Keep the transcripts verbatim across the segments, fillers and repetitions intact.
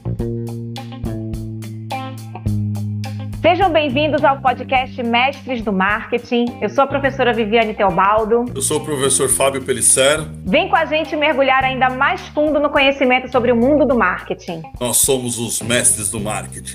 Sejam bem-vindos ao podcast Mestres do Marketing. Eu sou a professora Viviane Teobaldo. Eu sou o professor Fábio Pellicer. Vem com a gente mergulhar ainda mais fundo no conhecimento sobre o mundo do marketing. Nós somos os Mestres do Marketing.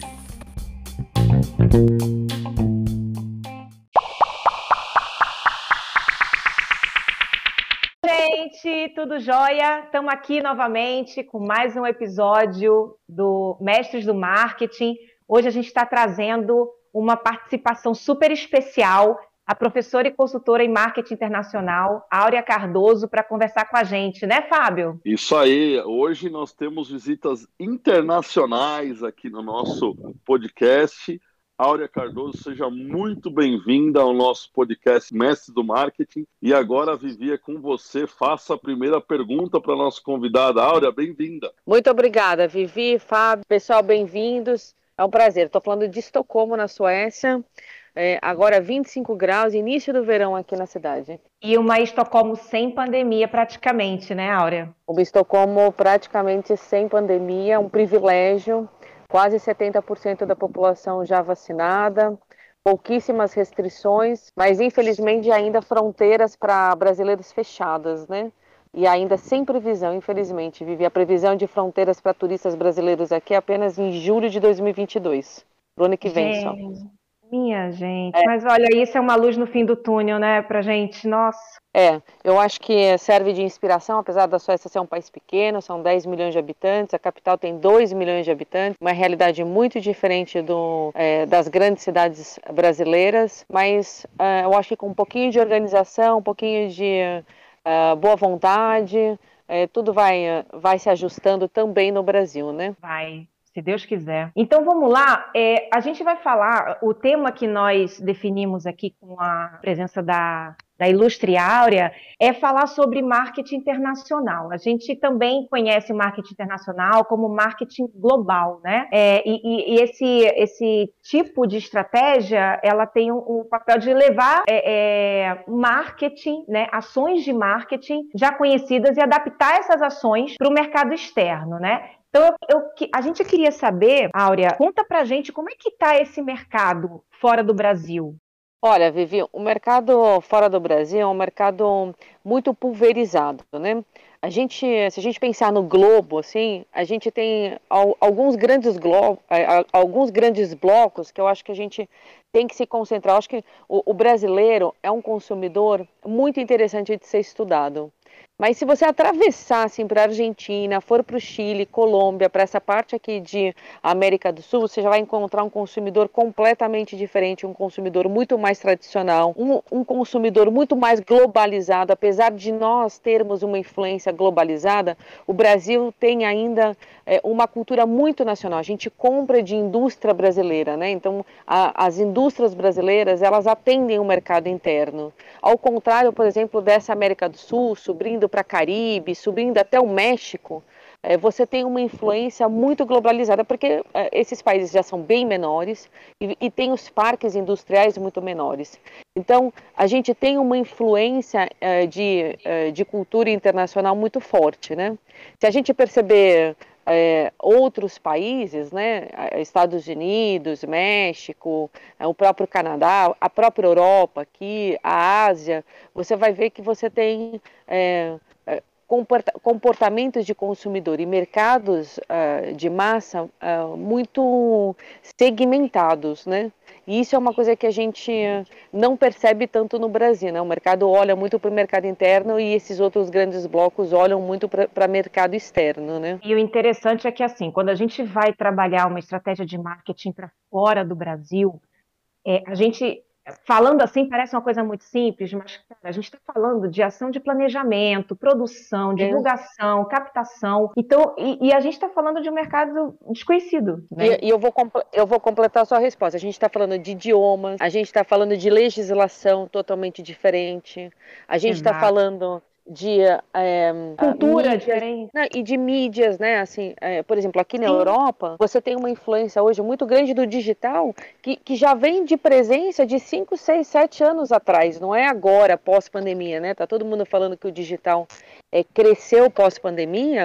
Gente, tudo jóia? Estamos aqui novamente com mais um episódio do Mestres do Marketing. Hoje a gente está trazendo uma participação super especial, a professora e consultora em marketing internacional, Áurea Cardoso, para conversar com a gente, né, Fábio? Isso aí, hoje nós temos visitas internacionais aqui no nosso podcast. Áurea Cardoso, seja muito bem-vinda ao nosso podcast Mestre do Marketing. E agora, Vivi, é com você. Faça a primeira pergunta para a nossa convidada. Áurea, bem-vinda. Muito obrigada, Vivi, Fábio. Pessoal, bem-vindos. É um prazer. Estou falando de Estocolmo, na Suécia. É, agora vinte e cinco graus, início do verão aqui na cidade. E uma Estocolmo sem pandemia praticamente, né, Áurea? Uma Estocolmo praticamente sem pandemia, um privilégio. Quase setenta por cento da população já vacinada, pouquíssimas restrições, mas infelizmente ainda fronteiras para brasileiros fechadas, né? E ainda sem previsão, infelizmente, Vivi. A previsão de fronteiras para turistas brasileiros aqui é apenas em julho de dois mil e vinte e dois, pro ano que vem gente, só. Minha gente, é. Mas olha, isso é uma luz no fim do túnel, né, pra gente, nossa. É, eu acho que serve de inspiração, apesar da Suécia ser um país pequeno, são dez milhões de habitantes, a capital tem dois milhões de habitantes, uma realidade muito diferente do, é, das grandes cidades brasileiras, mas é, eu acho que com um pouquinho de organização, um pouquinho de Uh, boa vontade, é, tudo vai, vai se ajustando também no Brasil, né? Vai, se Deus quiser. Então vamos lá, é, a gente vai falar, o tema que nós definimos aqui com a presença da, da ilustre Áurea é falar sobre marketing internacional. A gente também conhece marketing internacional como marketing global, né? É, e, e esse, esse tipo de estratégia, ela tem o, o papel de levar é, é, marketing, né, ações de marketing já conhecidas e adaptar essas ações para o mercado externo, né? Então, eu, eu, a gente queria saber, Áurea, conta pra gente como é que está esse mercado fora do Brasil? Olha, Vivi, o mercado fora do Brasil é um mercado muito pulverizado, né? A gente, se a gente pensar no globo, assim, a gente tem alguns grandes, glo alguns grandes blocos que eu acho que a gente tem que se concentrar. Eu acho que o, o brasileiro é um consumidor muito interessante de ser estudado. Mas se você atravessar assim, para a Argentina, for para o Chile, Colômbia, para essa parte aqui de América do Sul, você já vai encontrar um consumidor completamente diferente, um consumidor muito mais tradicional, um, um consumidor muito mais globalizado. Apesar de nós termos uma influência globalizada, o Brasil tem ainda é, uma cultura muito nacional. A gente compra de indústria brasileira, né? Então, a, as indústrias brasileiras, elas atendem o mercado interno. Ao contrário, por exemplo, dessa América do Sul, subindo para Caribe, subindo até o México, é, você tem uma influência muito globalizada, porque é, esses países já são bem menores e, e tem os parques industriais muito menores. Então, a gente tem uma influência é, de, é, de cultura internacional muito forte, né? Se a gente perceber é, outros países, né, Estados Unidos, México, é, o próprio Canadá, a própria Europa aqui, a Ásia, você vai ver que você tem é, comportamentos de consumidor e mercados uh, de massa uh, muito segmentados, né? E isso é uma coisa que a gente não percebe tanto no Brasil, né? O mercado olha muito para o mercado interno e esses outros grandes blocos olham muito para o mercado externo, né? E o interessante é que, assim, quando a gente vai trabalhar uma estratégia de marketing para fora do Brasil, é, a gente... Falando assim, parece uma coisa muito simples, mas cara, a gente está falando de ação de planejamento, produção, divulgação, é. captação. Então, e, e a gente está falando de um mercado desconhecido. Né? E, e eu, vou eu vou completar a sua resposta. A gente está falando de idiomas, a gente está falando de legislação totalmente diferente, a gente está falando de é, cultura mídias, diferente, né, e de mídias, né? Assim, é, por exemplo, aqui na Sim. Europa, você tem uma influência hoje muito grande do digital que, que já vem de presença de cinco, seis, sete anos atrás. Não é agora, pós-pandemia, né? Tá todo mundo falando que o digital é, cresceu pós-pandemia.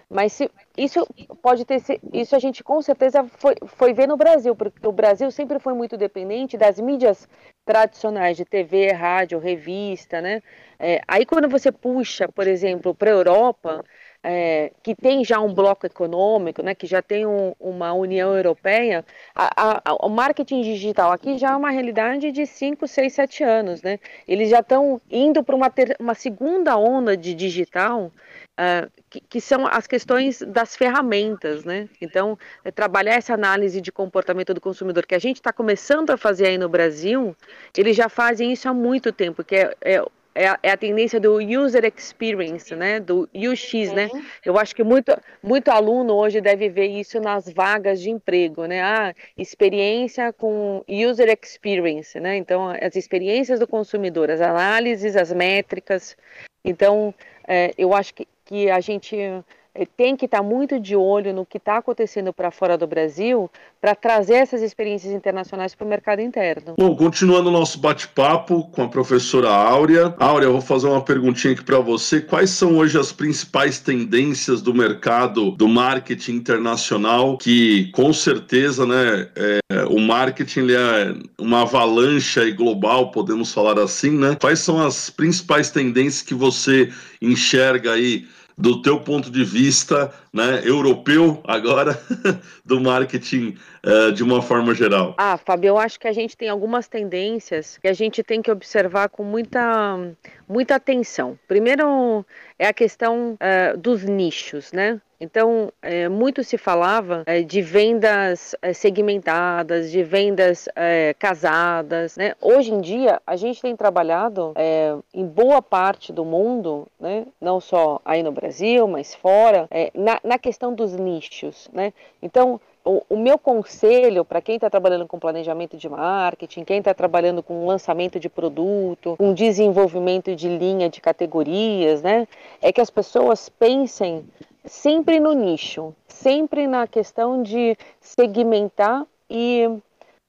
Mas se, isso pode ter, isso a gente com certeza foi, foi ver no Brasil, porque o Brasil sempre foi muito dependente das mídias tradicionais de T V, rádio, revista, né? É, aí quando você puxa, por exemplo, para a Europa, é, que tem já um bloco econômico, né, que já tem um, uma União Europeia, a, a, o marketing digital aqui já é uma realidade de cinco, seis, sete anos, né? Eles já estão indo para uma, uma segunda onda de digital, uh, que, que são as questões das ferramentas, né? Então, é trabalhar essa análise de comportamento do consumidor, que a gente está começando a fazer aí no Brasil, eles já fazem isso há muito tempo, que é, é É a, é a tendência do user experience, né? Do U X, né? Eu acho que muito, muito aluno hoje deve ver isso nas vagas de emprego, né? Ah, experiência com user experience, né? Então, as experiências do consumidor, as análises, as métricas. Então, é, eu acho que, que a gente tem que estar muito de olho no que está acontecendo para fora do Brasil para trazer essas experiências internacionais para o mercado interno. Bom, continuando o nosso bate-papo com a professora Áurea. Áurea, eu vou fazer uma perguntinha aqui para você. Quais são hoje as principais tendências do mercado do marketing internacional, que com certeza, né, é, o marketing ele é uma avalanche aí global, podemos falar assim, né? Quais são as principais tendências que você enxerga aí do teu ponto de vista, né, europeu agora, do marketing uh, de uma forma geral? Ah, Fábio, eu acho que a gente tem algumas tendências que a gente tem que observar com muita, muita atenção. Primeiro é a questão uh, dos nichos, né? Então, é, muito se falava é, de vendas é, segmentadas, de vendas é, casadas, né? Hoje em dia, a gente tem trabalhado é, em boa parte do mundo, né? Não só aí no Brasil, mas fora, é, na, na questão dos nichos, né? Então, o, o meu conselho para quem está trabalhando com planejamento de marketing, quem está trabalhando com lançamento de produto, com desenvolvimento de linha de categorias, né? É que as pessoas pensem sempre no nicho, sempre na questão de segmentar e uh,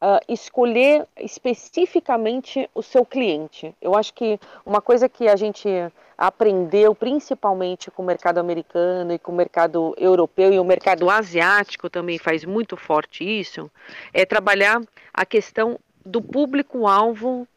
escolher especificamente o seu cliente. Eu acho que uma coisa que a gente aprendeu principalmente com o mercado americano e com o mercado europeu, e o mercado asiático também faz muito forte isso, é trabalhar a questão do público-alvo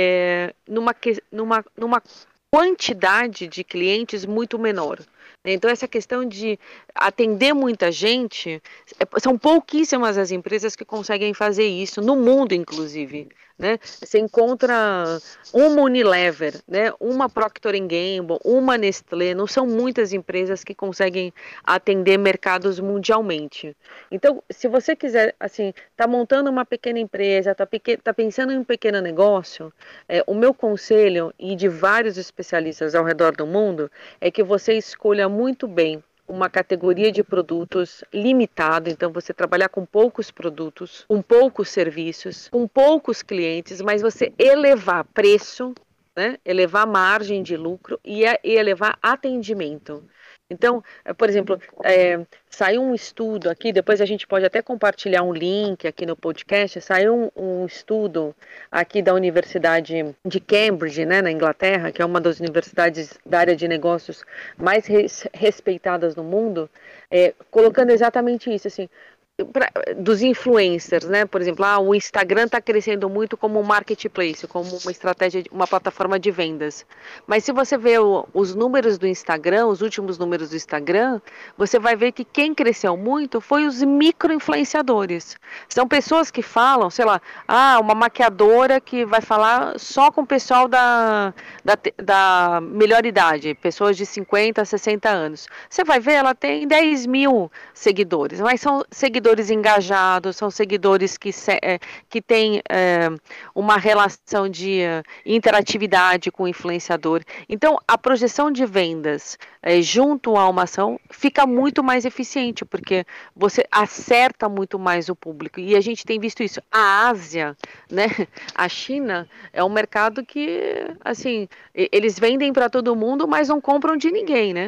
é, numa, numa, numa quantidade de clientes muito menor. Então, essa questão de atender muita gente, são pouquíssimas as empresas que conseguem fazer isso, no mundo, inclusive. Né? Você encontra uma Unilever, né? Uma Procter and Gamble, uma Nestlé, não são muitas empresas que conseguem atender mercados mundialmente. Então, se você quiser, assim, tá montando uma pequena empresa, tá, pequ... tá pensando em um pequeno negócio, é, o meu conselho, e de vários especialistas ao redor do mundo, é que você escolha muito bem uma categoria de produtos limitado, então você trabalhar com poucos produtos, com poucos serviços, com poucos clientes, mas você elevar preço, né? Elevar margem de lucro e, e elevar atendimento. Então, por exemplo, é, saiu um estudo aqui, depois a gente pode até compartilhar um link aqui no podcast, saiu um, um estudo aqui da Universidade de Cambridge, né, na Inglaterra, que é uma das universidades da área de negócios mais res, respeitadas no mundo, é, colocando exatamente isso, assim, pra, dos influencers, né? Por exemplo, ah, o Instagram está crescendo muito como um marketplace, como uma estratégia, uma plataforma de vendas. Mas se você vê o, os números do Instagram, os últimos números do Instagram, você vai ver que quem cresceu muito foi os micro-influenciadores. São pessoas que falam, sei lá, ah, uma maquiadora que vai falar só com o pessoal da, da, da melhor idade, pessoas de cinquenta, sessenta anos. Você vai ver, ela tem dez mil seguidores, mas são seguidores engajados, são seguidores que, que têm é, uma relação de interatividade com o influenciador. Então, a projeção de vendas é, junto a uma ação fica muito mais eficiente, porque você acerta muito mais o público. E a gente tem visto isso. A Ásia, né, a China, é um mercado que, assim, eles vendem para todo mundo, mas não compram de ninguém, né?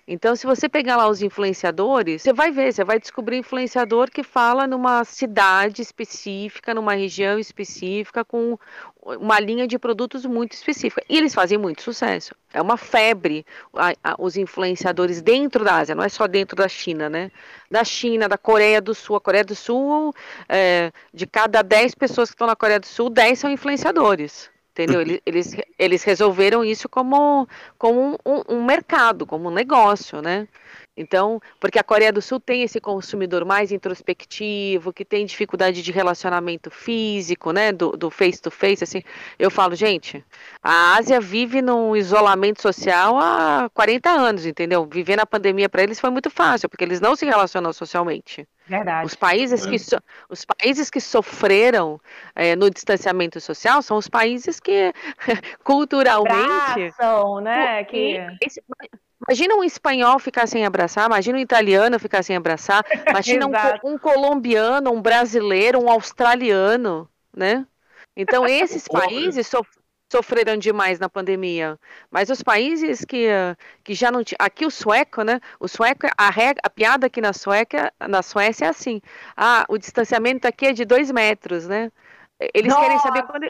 Então, se você pegar lá os influenciadores, você vai ver, você vai descobrir influenciador que fala numa cidade específica, numa região específica, com uma linha de produtos muito específica. E eles fazem muito sucesso. É uma febre a, a, os influenciadores dentro da Ásia, não é só dentro da China, né? Da China, da Coreia do Sul. A Coreia do Sul, é, de cada dez pessoas que estão na Coreia do Sul, dez são influenciadores. Entendeu? Eles, eles, eles resolveram isso como, como um, um mercado, como um negócio, né? Então, porque a Coreia do Sul tem esse consumidor mais introspectivo, que tem dificuldade de relacionamento físico, né? Do, do face to face, assim. Eu falo, gente, a Ásia vive num isolamento social há quarenta anos, entendeu? Viver na pandemia para eles foi muito fácil, porque eles não se relacionam socialmente. Verdade. Os países que, so, os países que sofreram é, no distanciamento social são os países que culturalmente... Abraçam, né? Que... Esse, imagina um espanhol ficar sem abraçar, imagina um italiano ficar sem abraçar, imagina um, um colombiano, um brasileiro, um australiano, né? Então, esses países sofreram sofreram demais na pandemia, mas os países que, que já não tinham, aqui o sueco, né, o sueco, a, regra, a piada aqui na Suécia, na Suécia é assim, ah, o distanciamento aqui é de dois metros, né, eles Nossa! querem saber quando...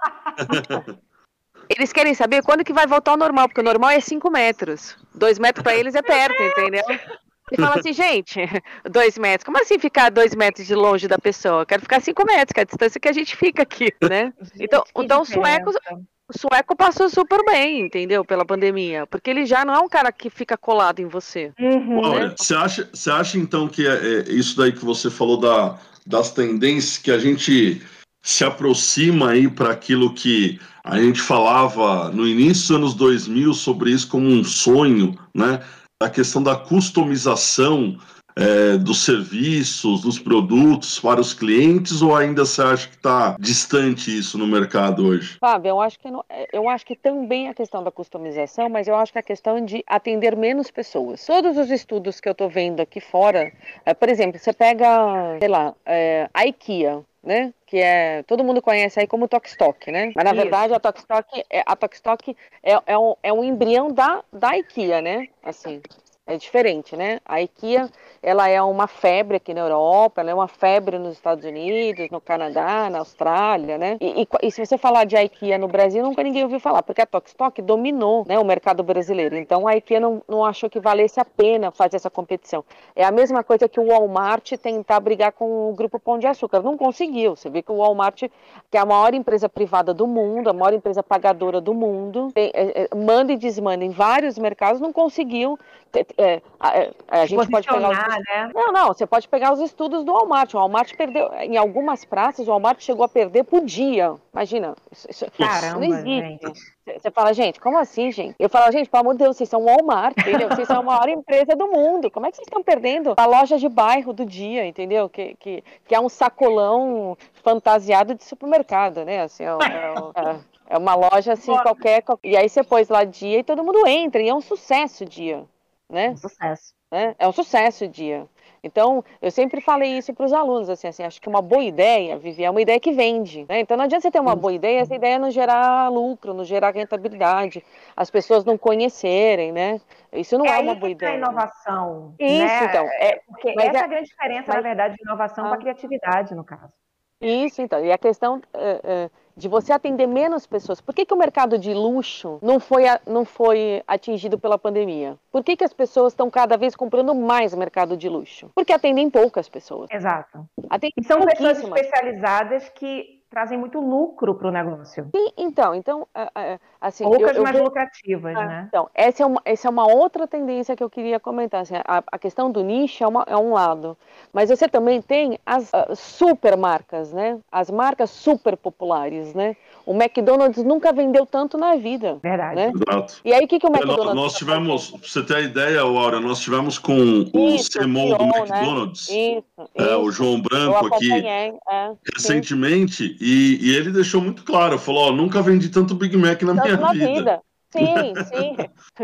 Eles querem saber quando que vai voltar ao normal, porque o normal é cinco metros, dois metros para eles é perto, entendeu? E fala assim, gente, dois metros, como assim ficar dois metros de longe da pessoa? Eu quero ficar cinco metros, que é a distância que a gente fica aqui, né? Gente, então, então o, sueco, diferença. o sueco passou super bem, entendeu? Pela pandemia, porque ele já não é um cara que fica colado em você. Uhum. Olha, você acha, você acha então que é, é isso daí que você falou da, das tendências, que a gente se aproxima aí para aquilo que a gente falava no início dos anos dois mil sobre isso como um sonho, né? A questão da customização é, dos serviços, dos produtos para os clientes, ou ainda você acha que está distante isso no mercado hoje? Fábio, eu acho que não, eu acho que também a questão da customização, mas eu acho que a questão de atender menos pessoas. Todos os estudos que eu estou vendo aqui fora, é, por exemplo, você pega, sei lá, é, a IKEA, né? Que é, todo mundo conhece aí como Tok-Stock, né? Mas na Isso. verdade a Tok-Stock é, a Tok-Stock é, é, um, é um embrião da, da IKEA, né? Assim, é diferente, né? A IKEA, ela é uma febre aqui na Europa, ela é uma febre nos Estados Unidos, no Canadá, na Austrália, né? E, e, e se você falar de IKEA no Brasil, nunca ninguém ouviu falar, porque a Tok-Stock dominou, né, o mercado brasileiro. Então a IKEA não, não achou que valesse a pena fazer essa competição. É a mesma coisa que o Walmart tentar brigar com o Grupo Pão de Açúcar. Não conseguiu. Você vê que o Walmart, que é a maior empresa privada do mundo, a maior empresa pagadora do mundo, tem, é, é, manda e desmanda em vários mercados, não conseguiu. É, a, a gente pode pegar os... né? Não, não, você pode pegar os estudos do Walmart. O Walmart perdeu, em algumas praças, o Walmart chegou a perder por dia. Imagina. Isso, isso, Caramba, não existe. gente. Você fala, gente, como assim, gente? Eu falo, gente, pelo amor de Deus, vocês são Walmart, entendeu? Vocês são a maior empresa do mundo. Como é que vocês estão perdendo a loja de bairro do dia, entendeu? Que, que, que é um sacolão fantasiado de supermercado, né? Assim, é, é, é uma loja assim, qualquer, qualquer... E aí você pôs lá dia e todo mundo entra, e é um sucesso o dia. Né? Um sucesso. Né? É um sucesso o dia. Então, eu sempre falei isso para os alunos, assim, assim, acho que uma boa ideia, Vivi, é uma ideia que vende. Né? Então, não adianta você ter uma boa ideia, essa ideia não gerar lucro, não gerar rentabilidade, as pessoas não conhecerem, né? Isso não é, é uma boa ideia. É a inovação. Isso, né? então. É, porque mas essa é é a grande diferença, mas, na verdade, de inovação ah, para a criatividade, no caso. Isso, então. E a questão é, é, de você atender menos pessoas. Por que, que o mercado de luxo não foi, não foi atingido pela pandemia? Por que, que as pessoas estão cada vez comprando mais mercado de luxo? Porque atendem poucas pessoas. Exato. Atendem e são pessoas pouquíssimas. especializadas que trazem muito lucro para o negócio. Sim, então, então assim... Poucas, eu, eu mais vejo... lucrativas, ah, né? Então, essa é, uma, essa é uma outra tendência que eu queria comentar. Assim, a, a questão do nicho é, uma, é um lado, mas você também tem as uh, super marcas, né? As marcas super populares, né? O McDonald's nunca vendeu tanto na vida. Verdade. Né? Exato. E aí, o que, que o McDonald's... Nós, nós tivemos, pra você ter a ideia, Laura, nós tivemos com o Isso, C M O do né? McDonald's, Isso, é, isso. o João Branco aqui, é, recentemente, e, e ele deixou muito claro, falou, ó, nunca vendi tanto Big Mac na tanto minha na vida. vida. Sim, sim.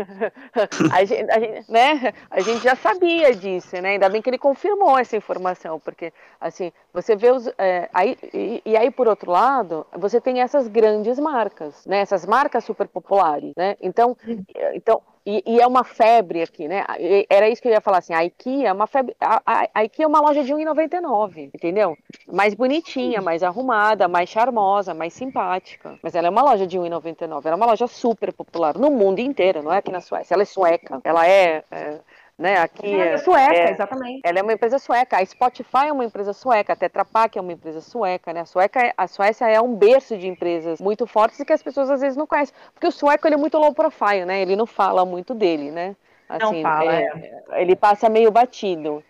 a, gente, a, gente, né? a gente já sabia disso, né? Ainda bem que ele confirmou essa informação, porque assim, você vê os. É, aí, e, e aí, por outro lado, você tem essas grandes marcas, né? Essas marcas super populares, né? Então, então e, e é uma febre aqui, né? E era isso que eu ia falar, assim, a IKEA é uma febre, a, a, a IKEA é uma loja de um real e noventa e nove centavos, entendeu? Mais bonitinha, mais arrumada, mais charmosa, mais simpática. Mas ela é uma loja de um real e noventa e nove centavos, ela é uma loja super popular no mundo inteiro, não é aqui na Suécia. Ela é sueca, ela é... é né, aqui Ela é é, sueca, é, exatamente. ela é uma empresa sueca, a Spotify é uma empresa sueca, a Tetra Pak é uma empresa sueca, né? A, sueca, a Suécia é um berço de empresas muito fortes e que as pessoas às vezes não conhecem, porque o sueco ele é muito low profile, né? Ele não fala muito dele, né? Assim, Não fala, é, é. ele passa meio batido,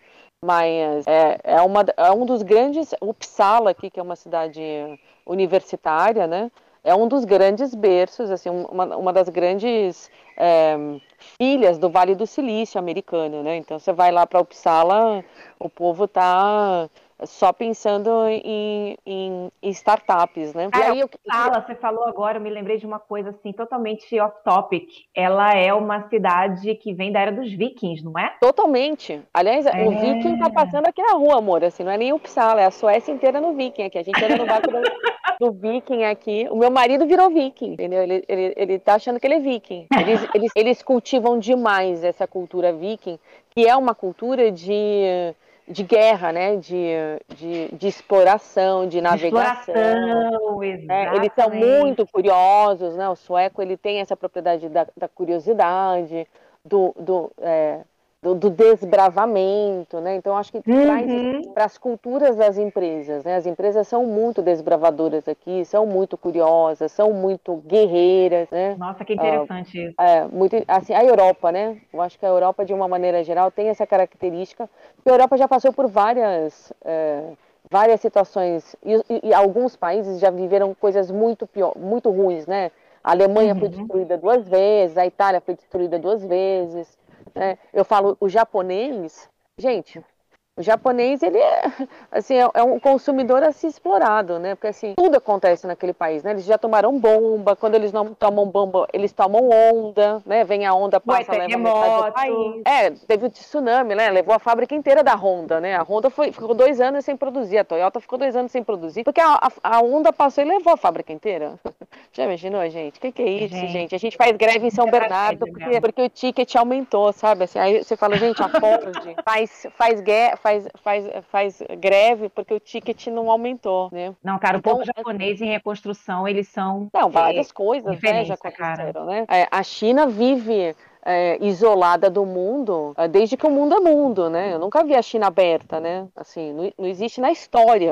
mas é, é, uma, é um dos grandes, Uppsala aqui, que é uma cidade universitária, né? É um dos grandes berços, assim, uma, uma das grandes é, filhas do Vale do Silício americano, né? Então você vai lá para Uppsala, o povo tá só pensando em, em, em startups, né? Cara, e aí eu Uppsala, você falou agora, eu me lembrei de uma coisa assim totalmente off-topic. Ela é uma cidade que vem da era dos vikings, não é? Totalmente. Aliás, É. o Viking tá passando aqui na rua, amor. Assim, não é nem Uppsala, é a Suécia inteira no Viking aqui. A gente anda no barco do, do Viking aqui. O meu marido virou Viking, entendeu? Ele, ele, ele tá achando que ele é Viking. Eles, eles, eles cultivam demais essa cultura Viking, que é uma cultura de, de guerra, né? De, de, de exploração, de navegação. Exploração, É, eles são muito curiosos, né? O sueco ele tem essa propriedade da, da curiosidade, do, do, é, do, do desbravamento, né? Então acho que Uhum. traz para as culturas das empresas, né? As empresas são muito desbravadoras aqui, são muito curiosas, são muito guerreiras, né? Nossa, que interessante ah, isso. É, muito, assim, a Europa, né? Eu acho que a Europa, de uma maneira geral, tem essa característica, porque a Europa já passou por várias... É, várias situações, e, e, e alguns países já viveram coisas muito pior, muito ruins, né? A Alemanha Uhum. foi destruída duas vezes, a Itália foi destruída duas vezes, né? Eu falo, o japonês, gente, o japonês, ele é, assim, é, é um consumidor a ser explorado, né? Porque, assim, tudo acontece naquele país, né? Eles já tomaram bomba, quando eles não tomam bomba, eles tomam onda, né? Vem a onda, passa, leva metade do país. É, teve o tsunami, né? Levou a fábrica inteira da Honda, né? A Honda foi, ficou dois anos sem produzir, a Toyota ficou dois anos sem produzir, porque a, a, a onda passou e levou a fábrica inteira. Já imaginou, gente? O que, que é isso, gente. gente? A gente faz greve em São é Bernardo porque, porque o ticket aumentou, sabe? Assim, aí você fala, gente, a Ford faz, faz, faz, faz, faz greve porque o ticket não aumentou, né? Não, cara, então, o povo japonês em reconstrução, eles são... Não, várias é, coisas, né, já cara. aconteceram, né? É, a China vive... É, isolada do mundo é, desde que o mundo é mundo, né? Eu nunca vi a China aberta, né? Assim, não, não existe na história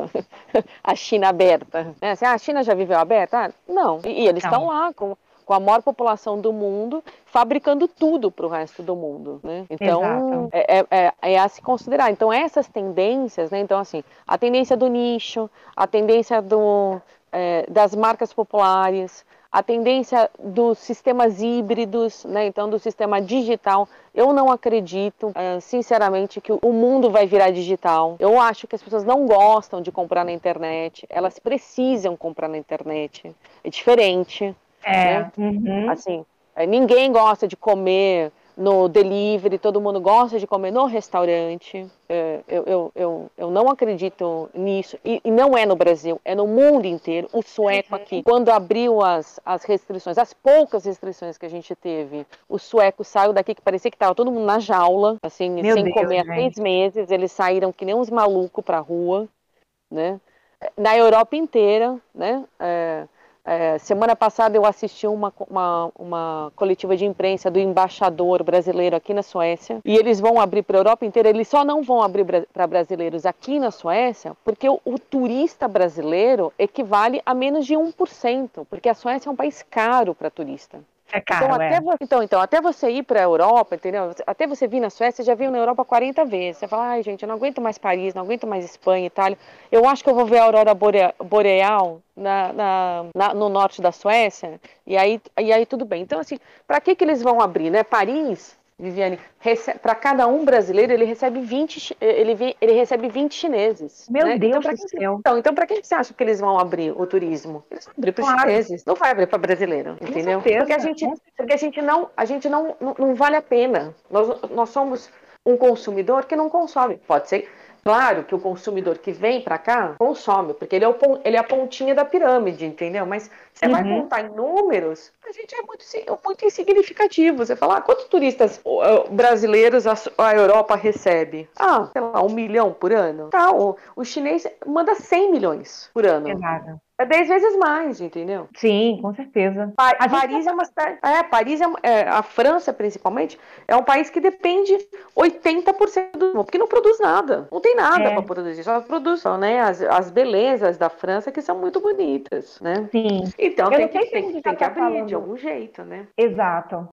a China aberta. Né? Assim, ah, a China já viveu aberta? Ah, não. E, e eles estão lá com, com a maior população do mundo, fabricando tudo para o resto do mundo, né? Então, é, é, é a se considerar. Então, essas tendências, né? Então, assim, a tendência do nicho, a tendência do, é, das marcas populares, a tendência dos sistemas híbridos, né? Então do sistema digital, eu não acredito, sinceramente, que o mundo vai virar digital. Eu acho que as pessoas não gostam de comprar na internet, elas precisam comprar na internet. É diferente. É. Né? Uhum. Assim, ninguém gosta de comer no delivery, todo mundo gosta de comer no restaurante. Eu, eu, eu, eu não acredito nisso. E, e não é no Brasil, é no mundo inteiro. O sueco aqui, quando abriu as, as restrições, as poucas restrições que a gente teve, o sueco saiu daqui que parecia que estava todo mundo na jaula, assim, Meu sem Deus, comer gente. há seis meses. Eles saíram que nem uns malucos para a rua, né? Na Europa inteira, né? É, É, semana passada eu assisti uma, uma, uma coletiva de imprensa do embaixador brasileiro aqui na Suécia, e eles vão abrir para a Europa inteira. Eles só não vão abrir para brasileiros aqui na Suécia porque o, o turista brasileiro equivale a menos de um por cento, porque a Suécia é um país caro para turista. É caro, então, até é. Você, então, então, até você ir para a Europa, entendeu? Até você vir na Suécia, já veio na Europa quarenta vezes. Você fala, ai, gente, eu não aguento mais Paris, não aguento mais Espanha, Itália. Eu acho que eu vou ver a aurora boreal na, na, na, no norte da Suécia, e aí, e aí tudo bem. Então, assim, para que, que eles vão abrir, né? Paris, Viviane, para cada um brasileiro, ele recebe vinte, ele, ele recebe vinte chineses. Meu né? Deus então, do céu. Então, então para quem você acha que eles vão abrir o turismo? Eles vão abrir para os Claro. chineses, não vai abrir para brasileiro, entendeu? certeza, porque a gente, porque a gente não, a gente não, não, não vale a pena. Nós, nós somos um consumidor que não consome. Pode ser, Claro que o consumidor que vem para cá consome, porque ele é, o, ele é a pontinha da pirâmide, entendeu? Mas você uhum. vai contar em números, a gente é muito, muito insignificativo. Você fala, ah, quantos turistas brasileiros a, a Europa recebe? Ah, sei lá, um milhão por ano? Tá, o, o chinês manda cem milhões por ano. Exato. É dez vezes mais, entendeu? Sim, com certeza. Pa a Paris gente... é uma cidade. É, Paris é, é a França, principalmente, é um país que depende oitenta por cento do mundo, porque não produz nada. Não tem nada é. para produzir. Só produção, né? As, as belezas da França que são muito bonitas, né? Sim. Então tem que, tem, tem, tem que abrir falando. de algum jeito, né? Exato.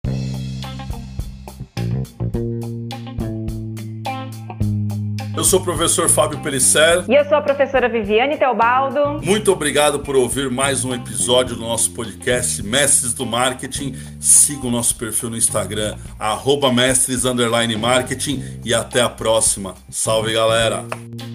Eu sou o professor Fábio Pellicer. E eu sou a professora Viviane Teobaldo. Muito obrigado por ouvir mais um episódio do nosso podcast Mestres do Marketing. Siga o nosso perfil no Instagram, arroba mestres underline marketing, e até a próxima. Salve, galera!